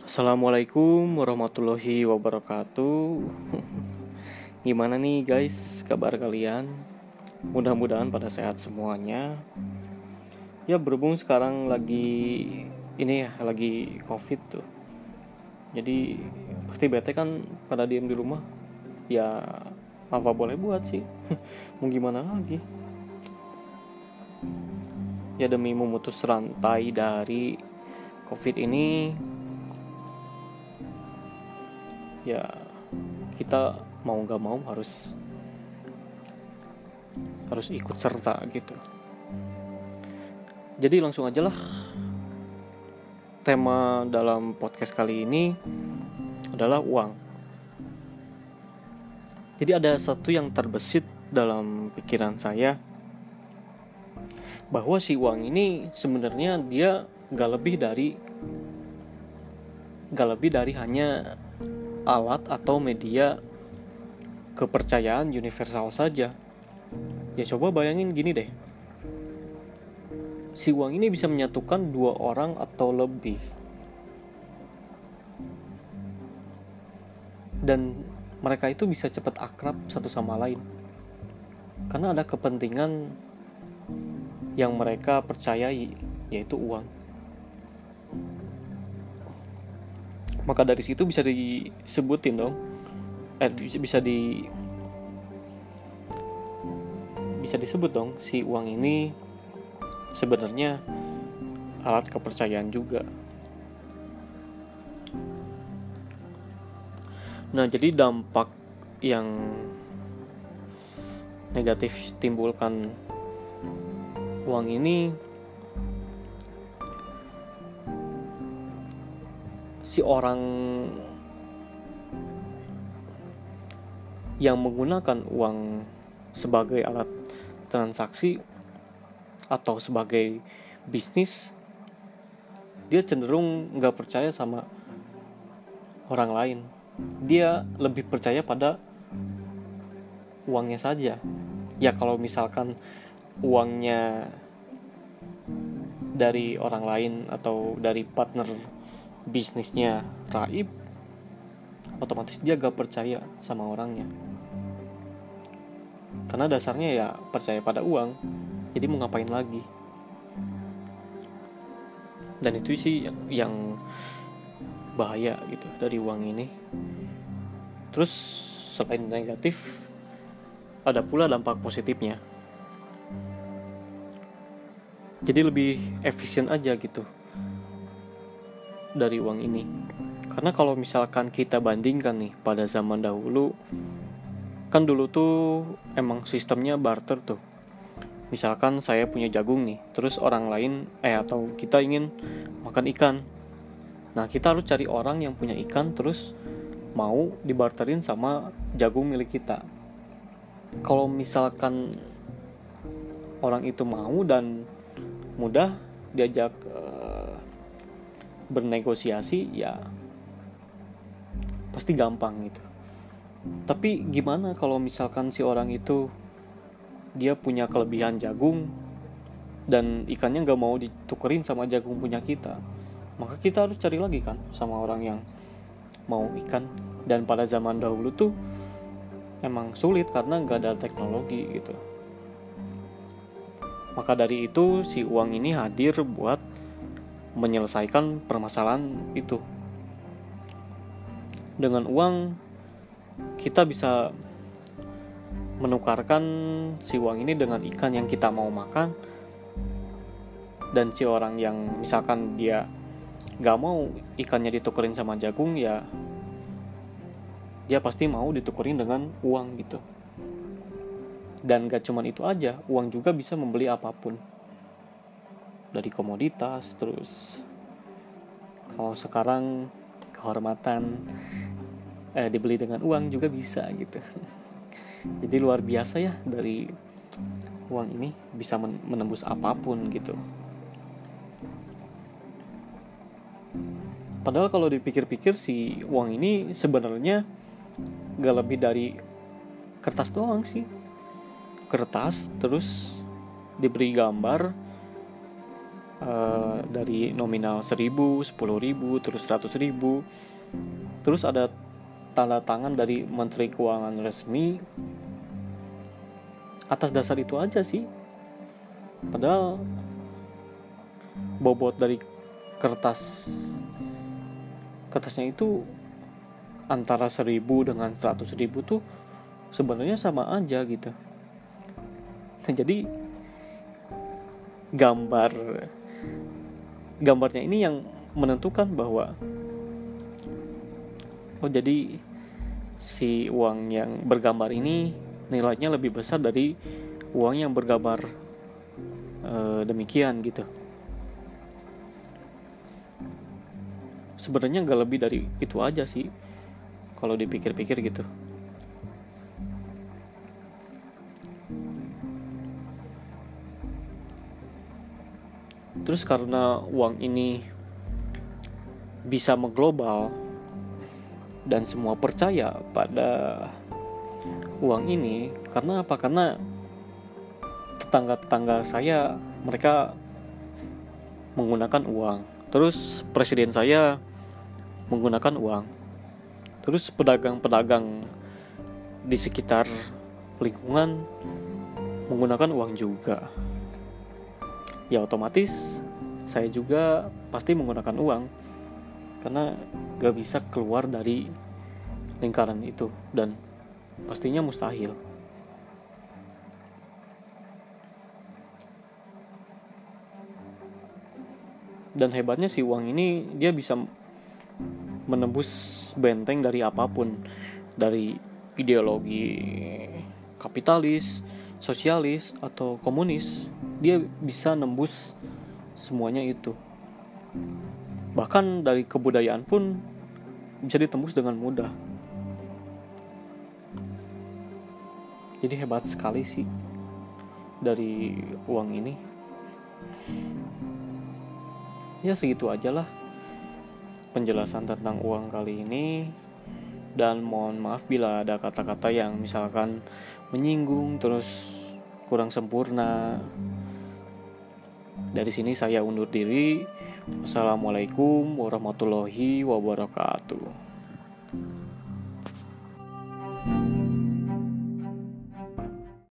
Assalamualaikum warahmatullahi wabarakatuh. Gimana nih guys kabar kalian? Mudah-mudahan pada sehat semuanya. Ya berhubung sekarang lagi COVID tuh. Jadi pasti bete kan pada diem di rumah. Ya apa boleh buat sih. Mau gimana lagi? Ya demi memutus rantai dari COVID ini, ya kita mau gak mau harus ikut serta gitu. Jadi langsung aja lah, tema dalam podcast kali ini adalah uang. Jadi ada satu yang terbesit dalam pikiran saya, bahwa si uang ini sebenarnya dia gak lebih dari hanya alat atau media kepercayaan universal saja. Ya coba bayangin gini deh, si uang ini bisa menyatukan dua orang atau lebih, dan mereka itu bisa cepat akrab satu sama lain karena ada kepentingan yang mereka percayai, yaitu uang. Maka dari situ bisa disebutin dong, bisa disebut dong si uang ini sebenarnya alat kepercayaan juga. Nah, jadi dampak yang negatif timbulkan uang ini, si orang yang menggunakan uang sebagai alat transaksi atau sebagai bisnis, dia cenderung gak percaya sama orang lain. Dia lebih percaya pada uangnya saja. Ya kalau misalkan uangnya dari orang lain atau dari partner bisnisnya raib, otomatis dia gak percaya sama orangnya. Karena dasarnya ya percaya pada uang, jadi mau ngapain lagi. Dan itu sih yang bahaya gitu dari uang ini. Terus selain negatif, ada pula dampak positifnya. Jadi lebih efisien aja gitu dari uang ini. Karena kalau misalkan kita bandingkan nih pada zaman dahulu, kan dulu tuh emang sistemnya barter tuh. Misalkan saya punya jagung nih, terus orang lain atau kita ingin makan ikan. Nah, kita harus cari orang yang punya ikan terus mau dibarterin sama jagung milik kita. Kalau misalkan orang itu mau dan mudah diajak bernegosiasi, ya pasti gampang gitu. Tapi gimana kalau misalkan si orang itu dia punya kelebihan jagung dan ikannya gak mau ditukerin sama jagung punya kita? Maka kita harus cari lagi kan sama orang yang mau ikan. Dan pada zaman dahulu tuh emang sulit karena gak ada teknologi gitu. Maka dari itu si uang ini hadir buat menyelesaikan permasalahan itu. Dengan uang kita bisa menukarkan si uang ini dengan ikan yang kita mau makan. Dan si orang yang misalkan dia gak mau ikannya ditukerin sama jagung, ya dia pasti mau ditukerin dengan uang gitu. Dan gak cuman itu aja, uang juga bisa membeli apapun, dari komoditas. Terus kalau sekarang kehormatan dibeli dengan uang juga bisa gitu. Jadi luar biasa ya, dari uang ini bisa menembus apapun gitu. Padahal kalau dipikir-pikir si uang ini sebenarnya gak lebih dari kertas doang sih. Kertas terus diberi gambar dari nominal 1.000, 10.000, terus 100.000. Terus ada tanda tangan dari Menteri Keuangan resmi. Atas dasar itu aja sih. Padahal bobot dari kertasnya itu antara 1.000 dengan 100.000 tuh sebenarnya sama aja gitu. Jadi gambarnya ini yang menentukan bahwa jadi si uang yang bergambar ini nilainya lebih besar dari uang yang bergambar demikian gitu. Sebenarnya nggak lebih dari itu aja sih kalau dipikir-pikir gitu. Terus karena uang ini bisa mengglobal dan semua percaya pada uang ini, karena apa? Karena tetangga-tetangga saya mereka menggunakan uang. Terus presiden saya menggunakan uang. Terus pedagang-pedagang di sekitar lingkungan menggunakan uang juga. Ya otomatis saya juga pasti menggunakan uang, karena gak bisa keluar dari lingkaran itu dan pastinya mustahil. Dan hebatnya si uang ini dia bisa menembus benteng dari apapun, dari ideologi kapitalis, sosialis, atau komunis. Dia bisa nembus semuanya itu. Bahkan dari kebudayaan pun bisa ditembus dengan mudah. Jadi hebat sekali sih dari uang ini. Ya segitu aja lah penjelasan tentang uang kali ini. Dan mohon maaf bila ada kata-kata yang misalkan menyinggung terus kurang sempurna. Dari sini saya undur diri. Wassalamualaikum warahmatullahi wabarakatuh.